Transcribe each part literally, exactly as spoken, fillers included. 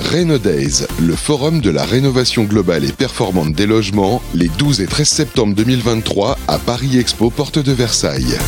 Renodays, le forum de la rénovation globale et performante des logements, les douze et treize septembre deux mille vingt-trois à Paris Expo, porte de Versailles.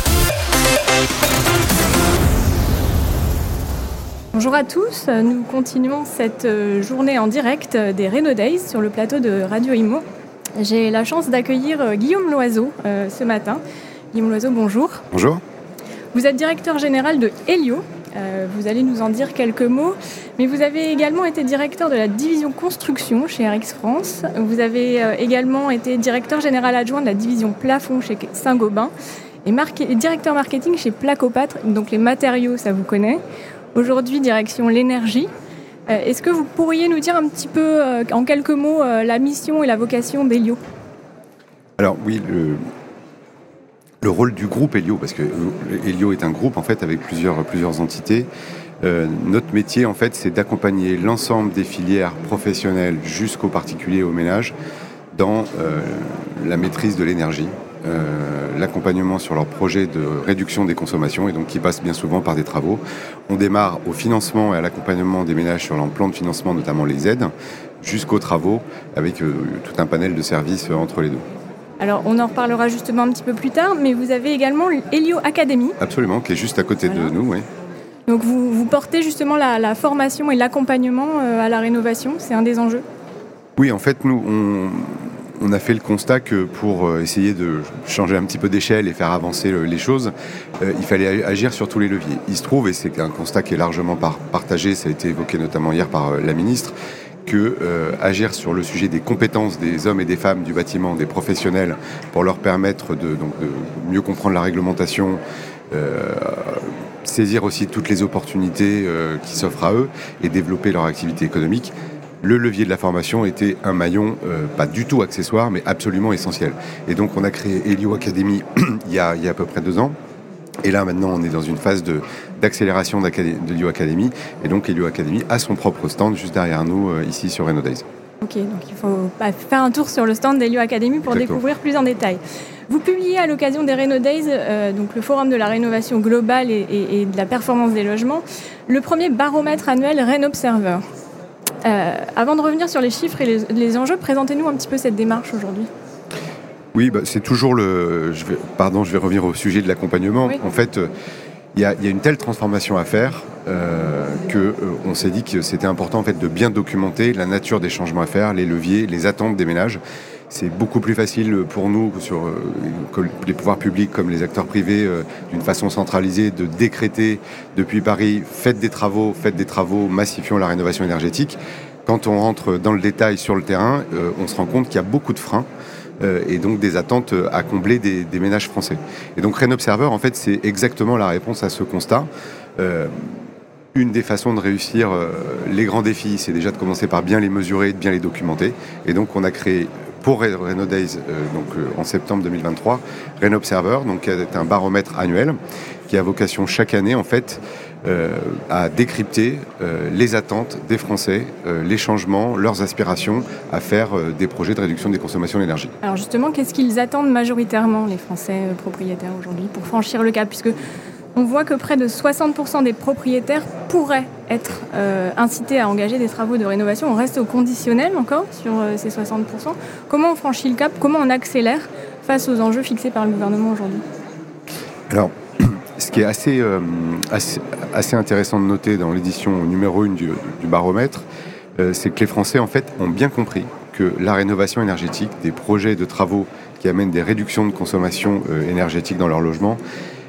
Bonjour à tous, nous continuons cette journée en direct des Renodays sur le plateau de Radio Imo. J'ai la chance d'accueillir Guillaume Loiseau euh, ce matin. Guillaume Loiseau, bonjour. Bonjour. Vous êtes directeur général de Helio. Euh, vous allez nous en dire quelques mots, mais vous avez également été directeur de la division construction chez R X France. Vous avez euh, également été directeur général adjoint de la division plafond chez Saint-Gobain et marque- directeur marketing chez Placopatre, donc les matériaux, ça vous connaît. Aujourd'hui, direction l'énergie. Euh, est-ce que vous pourriez nous dire un petit peu, euh, en quelques mots, euh, la mission et la vocation d'Helio ? Alors oui, le... Le rôle du groupe Helio, parce que Helio est un groupe en fait avec plusieurs, plusieurs entités. Euh, notre métier en fait, c'est d'accompagner l'ensemble des filières professionnelles jusqu'aux particuliers et aux ménages dans euh, la maîtrise de l'énergie, euh, l'accompagnement sur leurs projets de réduction des consommations et donc qui passe bien souvent par des travaux. On démarre au financement et à l'accompagnement des ménages sur leur plan de financement, notamment les aides, jusqu'aux travaux avec euh, tout un panel de services euh, entre les deux. Alors, on en reparlera justement un petit peu plus tard, mais vous avez également Helio Academy. Absolument, qui est juste à côté voilà. de nous, oui. Donc, vous, vous portez justement la, la formation et l'accompagnement euh, à la rénovation, c'est un des enjeux ? Oui, en fait, nous, on, on a fait le constat que pour essayer de changer un petit peu d'échelle et faire avancer les choses, euh, il fallait agir sur tous les leviers. Il se trouve, et c'est un constat qui est largement par, partagé, ça a été évoqué notamment hier par euh, la ministre, que euh, agir sur le sujet des compétences des hommes et des femmes du bâtiment, des professionnels, pour leur permettre de, donc, de mieux comprendre la réglementation, euh, saisir aussi toutes les opportunités euh, qui s'offrent à eux et développer leur activité économique. Le levier de la formation était un maillon euh, pas du tout accessoire, mais absolument essentiel. Et donc on a créé Helio Academy il y a, il y a à peu près deux ans. Et là, maintenant, on est dans une phase de, d'accélération de Helio Academy. Et donc, Helio Academy a son propre stand juste derrière nous, euh, ici sur Renodays. Ok, donc il faut bah, faire un tour sur le stand d'Helio Academy pour Exactement. Découvrir plus en détail. Vous publiez à l'occasion des Renodays, euh, donc le forum de la rénovation globale et, et, et de la performance des logements, le premier baromètre annuel Renobserver. Euh, avant de revenir sur les chiffres et les, les enjeux, présentez-nous un petit peu cette démarche aujourd'hui. Oui, bah, c'est toujours le... Je vais, pardon, je vais revenir au sujet de l'accompagnement. Oui. En fait, il euh, y, y a une telle transformation à faire euh, qu'on euh, s'est dit que c'était important en fait, de bien documenter la nature des changements à faire, les leviers, les attentes des ménages. C'est beaucoup plus facile pour nous, sur euh, que les pouvoirs publics comme les acteurs privés, euh, d'une façon centralisée, de décréter depuis Paris, faites des travaux, faites des travaux, massifions la rénovation énergétique. Quand on rentre dans le détail sur le terrain, euh, on se rend compte qu'il y a beaucoup de freins. Euh, et donc des attentes à combler des, des ménages français. Et donc Renobserver, en fait, c'est exactement la réponse à ce constat. Euh, une des façons de réussir euh, les grands défis, c'est déjà de commencer par bien les mesurer, de bien les documenter. Et donc on a créé pour Renodays, euh, donc euh, en septembre deux mille vingt-trois, Renobserver, donc qui est un baromètre annuel qui a vocation chaque année, en fait, Euh, à décrypter euh, les attentes des Français, euh, les changements, leurs aspirations à faire euh, des projets de réduction des consommations d'énergie. Alors justement, qu'est-ce qu'ils attendent majoritairement, les Français euh, propriétaires aujourd'hui, pour franchir le cap ? Puisque on voit que près de soixante pour cent des propriétaires pourraient être euh, incités à engager des travaux de rénovation. On reste au conditionnel encore sur euh, ces soixante pour cent. Comment on franchit le cap ? Comment on accélère face aux enjeux fixés par le gouvernement aujourd'hui ? Alors, ce qui est assez, euh, assez, assez intéressant de noter dans l'édition numéro un du, du baromètre, euh, c'est que les Français en fait, ont bien compris que la rénovation énergétique, des projets de travaux qui amènent des réductions de consommation euh, énergétique dans leur logement,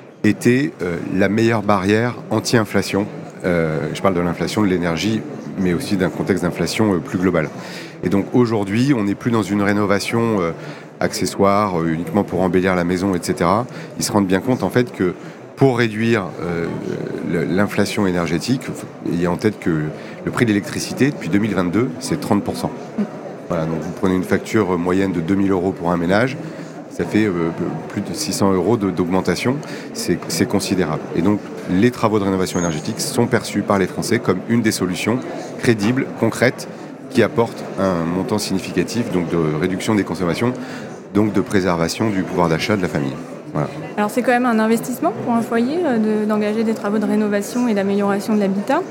était euh, la meilleure barrière anti-inflation. Euh, je parle de l'inflation de l'énergie, mais aussi d'un contexte d'inflation euh, plus global. Et donc aujourd'hui, on n'est plus dans une rénovation euh, accessoire, euh, uniquement pour embellir la maison, et cetera. Ils se rendent bien compte en fait que pour réduire euh, l'inflation énergétique, ayez en tête que le prix de l'électricité, depuis deux mille vingt-deux, c'est trente pour cent. Voilà, donc vous prenez une facture moyenne de deux mille euros pour un ménage, ça fait euh, plus de six cents euros de, d'augmentation, c'est, c'est considérable. Et donc les travaux de rénovation énergétique sont perçus par les Français comme une des solutions crédibles, concrètes, qui apportent un montant significatif donc de réduction des consommations, donc de préservation du pouvoir d'achat de la famille. Voilà. Alors c'est quand même un investissement pour un foyer euh, de, d'engager des travaux de rénovation et d'amélioration de l'habitat.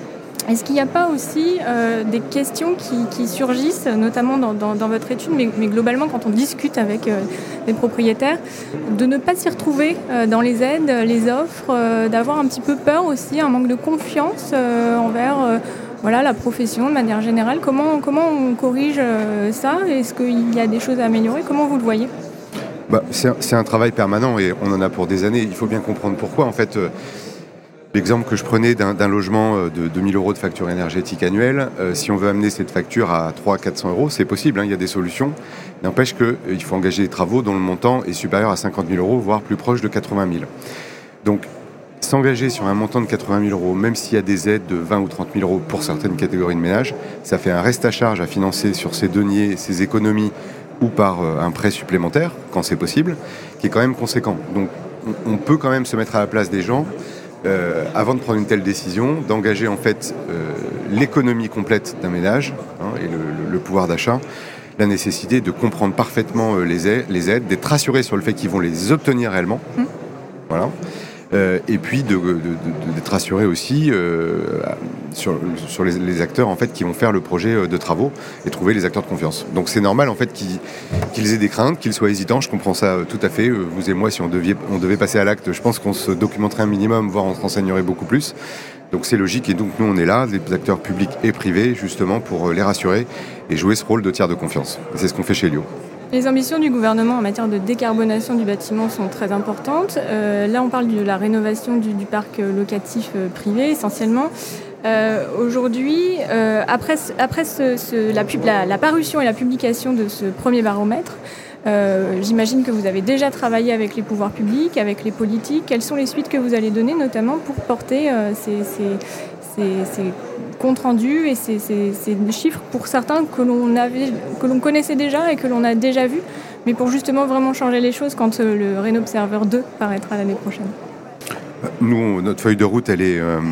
Est-ce qu'il n'y a pas aussi euh, des questions qui, qui surgissent, notamment dans, dans, dans votre étude, mais, mais globalement quand on discute avec euh, les propriétaires, de ne pas s'y retrouver euh, dans les aides, les offres, euh, d'avoir un petit peu peur aussi, un manque de confiance euh, envers euh, voilà, la profession de manière générale. Comment, comment on corrige euh, ça? Est-ce qu'il y a des choses à améliorer? Comment vous le voyez? Bah, c'est, un, c'est un travail permanent et on en a pour des années. Il faut bien comprendre pourquoi. En fait, euh, l'exemple que je prenais d'un, d'un logement de deux mille euros de facture énergétique annuelle, euh, si on veut amener cette facture à trois cents à quatre cents euros, c'est possible, hein, il y a des solutions. N'empêche qu'il euh, faut engager des travaux dont le montant est supérieur à cinquante mille euros, voire plus proche de quatre-vingt mille. Donc, s'engager sur un montant de quatre-vingt mille euros, même s'il y a des aides de vingt ou trente mille euros pour certaines catégories de ménages, ça fait un reste à charge à financer sur ses deniers, ses économies ou par euh, un prêt supplémentaire, quand c'est possible, qui est quand même conséquent. Donc, on, on peut quand même se mettre à la place des gens Euh, avant de prendre une telle décision, d'engager en fait euh, l'économie complète d'un ménage hein, et le, le, le pouvoir d'achat, la nécessité de comprendre parfaitement euh, les, aides, les aides, d'être rassurés sur le fait qu'ils vont les obtenir réellement, mmh. voilà. Euh, et puis de, de, de, d'être rassurés aussi euh, sur, sur les, les acteurs en fait qui vont faire le projet de travaux et trouver les acteurs de confiance. Donc c'est normal en fait qu'ils, qu'ils aient des craintes, qu'ils soient hésitants. Je comprends ça tout à fait. Vous et moi, si on devait, on devait passer à l'acte, je pense qu'on se documenterait un minimum, voire on se renseignerait beaucoup plus. Donc c'est logique et donc nous on est là, les acteurs publics et privés, justement pour les rassurer et jouer ce rôle de tiers de confiance. Et c'est ce qu'on fait chez Elio. Les ambitions du gouvernement en matière de décarbonation du bâtiment sont très importantes. Euh, là, on parle de la rénovation du, du parc locatif euh, privé, essentiellement. Euh, aujourd'hui, euh, après, après ce, ce, la, pub, la, la parution et la publication de ce premier baromètre, euh, j'imagine que vous avez déjà travaillé avec les pouvoirs publics, avec les politiques. Quelles sont les suites que vous allez donner, notamment pour porter euh, ces... ces Ces, ces comptes rendus et ces, ces, ces chiffres pour certains que l'on, avait, que l'on connaissait déjà et que l'on a déjà vus, mais pour justement vraiment changer les choses quand le Rénobserver deux paraîtra l'année prochaine. Nous, notre feuille de route, elle est euh,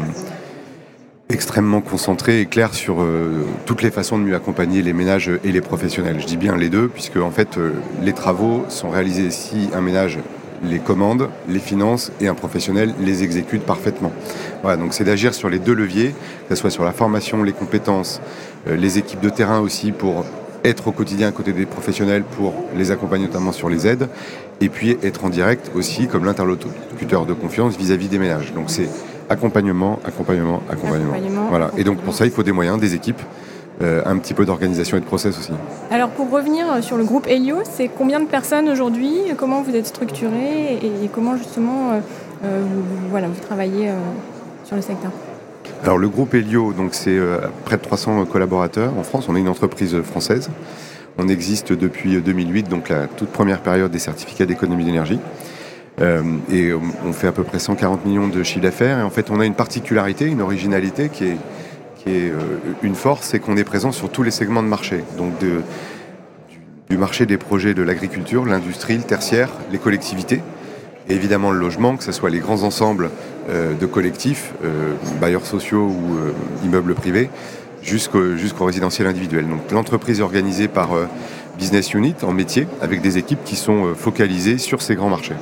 extrêmement concentrée et claire sur euh, toutes les façons de mieux accompagner les ménages et les professionnels. Je dis bien les deux, puisque en fait, euh, les travaux sont réalisés si un ménage les commande, les finance et un professionnel les exécute parfaitement. Voilà, donc c'est d'agir sur les deux leviers, que ce soit sur la formation, les compétences, euh, les équipes de terrain aussi pour être au quotidien à côté des professionnels pour les accompagner notamment sur les aides et puis être en direct aussi comme l'interlocuteur de confiance vis-à-vis des ménages. Donc c'est accompagnement, accompagnement, accompagnement. accompagnement voilà. Et donc pour ça il faut des moyens, des équipes, euh, un petit peu d'organisation et de process aussi. Alors pour revenir sur le groupe Elio, c'est combien de personnes aujourd'hui? Comment vous êtes structuré et, et comment justement euh, euh, vous, voilà, vous travaillez euh, sur le secteur? Alors le groupe Elio, donc c'est euh, près de trois cents collaborateurs en France. On est une entreprise française. On existe depuis deux mille huit, donc la toute première période des certificats d'économie d'énergie. Euh, et on fait à peu près cent quarante millions de chiffre d'affaires. Et en fait, on a une particularité, une originalité qui est, qui est euh, une force, c'est qu'on est présent sur tous les segments de marché. Donc de, du, du marché des projets de l'agriculture, l'industrie, le tertiaire, les collectivités. Et évidemment le logement, que ce soit les grands ensembles euh, de collectifs, euh, bailleurs sociaux ou euh, immeubles privés, jusqu'au, jusqu'au résidentiel individuel. Donc l'entreprise est organisée par euh, business unit en métier, avec des équipes qui sont euh, focalisées sur ces grands marchés.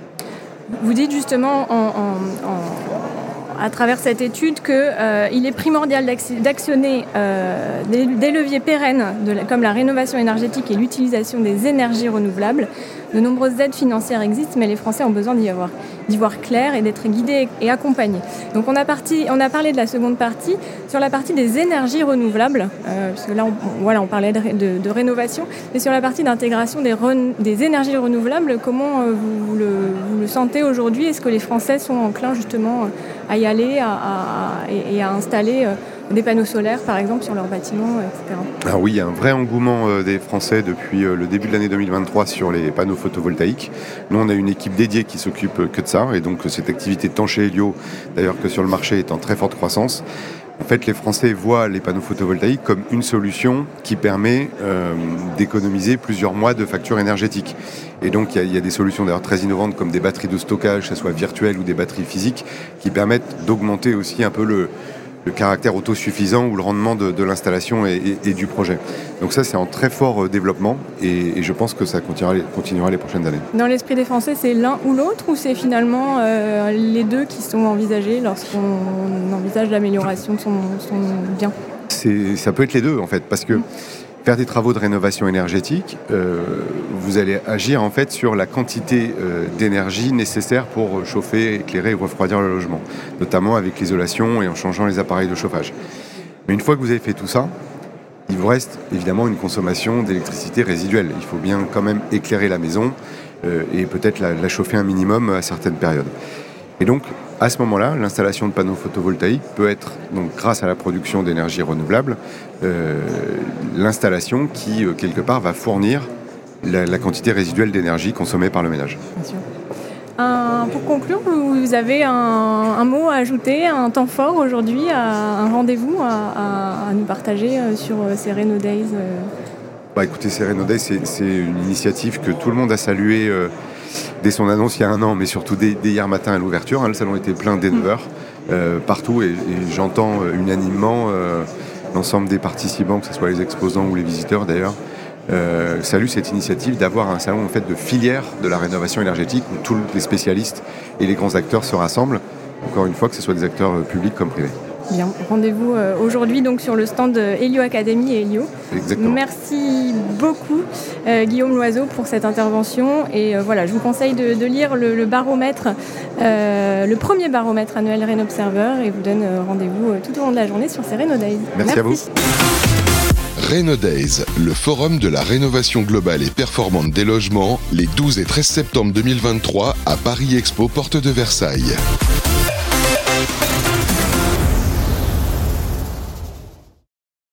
Vous dites justement en, en, en, à travers cette étude qu'il euh, est primordial d'actionner euh, des, des leviers pérennes de la, comme la rénovation énergétique et l'utilisation des énergies renouvelables. De nombreuses aides financières existent, mais les Français ont besoin d'y avoir, d'y voir clair et d'être guidés et accompagnés. Donc on a, parti, on a parlé de la seconde partie. Sur la partie des énergies renouvelables, euh, parce que là on, voilà, on parlait de, de, de rénovation, mais sur la partie d'intégration des, ren, des énergies renouvelables, comment euh, vous, vous, le, vous le sentez aujourd'hui? Est-ce que les Français sont enclins justement à y aller à, à, et, et à installer euh, des panneaux solaires, par exemple, sur leurs bâtiments, et cetera. Alors oui, il y a un vrai engouement euh, des Français depuis euh, le début de l'année deux mille vingt-trois sur les panneaux photovoltaïques. Nous, on a une équipe dédiée qui s'occupe euh, que de ça, et donc cette activité tant chez Elio, d'ailleurs que sur le marché, est en très forte croissance. En fait, les Français voient les panneaux photovoltaïques comme une solution qui permet euh, d'économiser plusieurs mois de factures énergétiques. Et donc, il y, y a des solutions d'ailleurs très innovantes comme des batteries de stockage, que ce soit virtuelles ou des batteries physiques, qui permettent d'augmenter aussi un peu le... le caractère autosuffisant ou le rendement de, de l'installation et, et, et du projet. Donc ça, c'est en très fort développement et, et je pense que ça continuera, continuera les prochaines années. Dans l'esprit des Français, c'est l'un ou l'autre ou c'est finalement euh, les deux qui sont envisagés lorsqu'on envisage l'amélioration de son, son bien ? c'est, Ça peut être les deux en fait, parce que faire des travaux de rénovation énergétique, euh, vous allez agir en fait sur la quantité euh, d'énergie nécessaire pour chauffer, éclairer et refroidir le logement, notamment avec l'isolation et en changeant les appareils de chauffage. Mais une fois que vous avez fait tout ça, il vous reste évidemment une consommation d'électricité résiduelle. Il faut bien quand même éclairer la maison euh, et peut-être la, la chauffer un minimum à certaines périodes. Et donc, à ce moment-là, l'installation de panneaux photovoltaïques peut être, donc, grâce à la production d'énergie renouvelable, euh, l'installation qui, euh, quelque part, va fournir la, la quantité résiduelle d'énergie consommée par le ménage. Bien sûr. Un, pour conclure, vous avez un, un mot à ajouter, un temps fort aujourd'hui, un rendez-vous à, à, à nous partager sur ces Reno Days euh... bah, Écoutez, ces Reno Days, c'est, c'est une initiative que tout le monde a saluée euh, dès son annonce il y a un an, mais surtout dès, dès hier matin à l'ouverture. Hein, le salon était plein dès neuf heures, euh, partout, et, et j'entends euh, unanimement euh, l'ensemble des participants, que ce soit les exposants ou les visiteurs d'ailleurs, euh, saluent cette initiative d'avoir un salon en fait, de filière de la rénovation énergétique où tous les spécialistes et les grands acteurs se rassemblent, encore une fois que ce soit des acteurs euh, publics comme privés. Bien, rendez-vous euh, aujourd'hui donc sur le stand Elio Academy et Elio. Exactement. Merci beaucoup euh, Guillaume Loiseau pour cette intervention et euh, voilà, je vous conseille de, de lire le, le baromètre, euh, le premier baromètre annuel Rénobserver et vous donne euh, rendez-vous euh, tout au long de la journée sur ces Reno Days. Merci, Merci à vous. Reno Days, le forum de la rénovation globale et performante des logements, les douze et treize septembre deux mille vingt-trois à Paris Expo, porte de Versailles.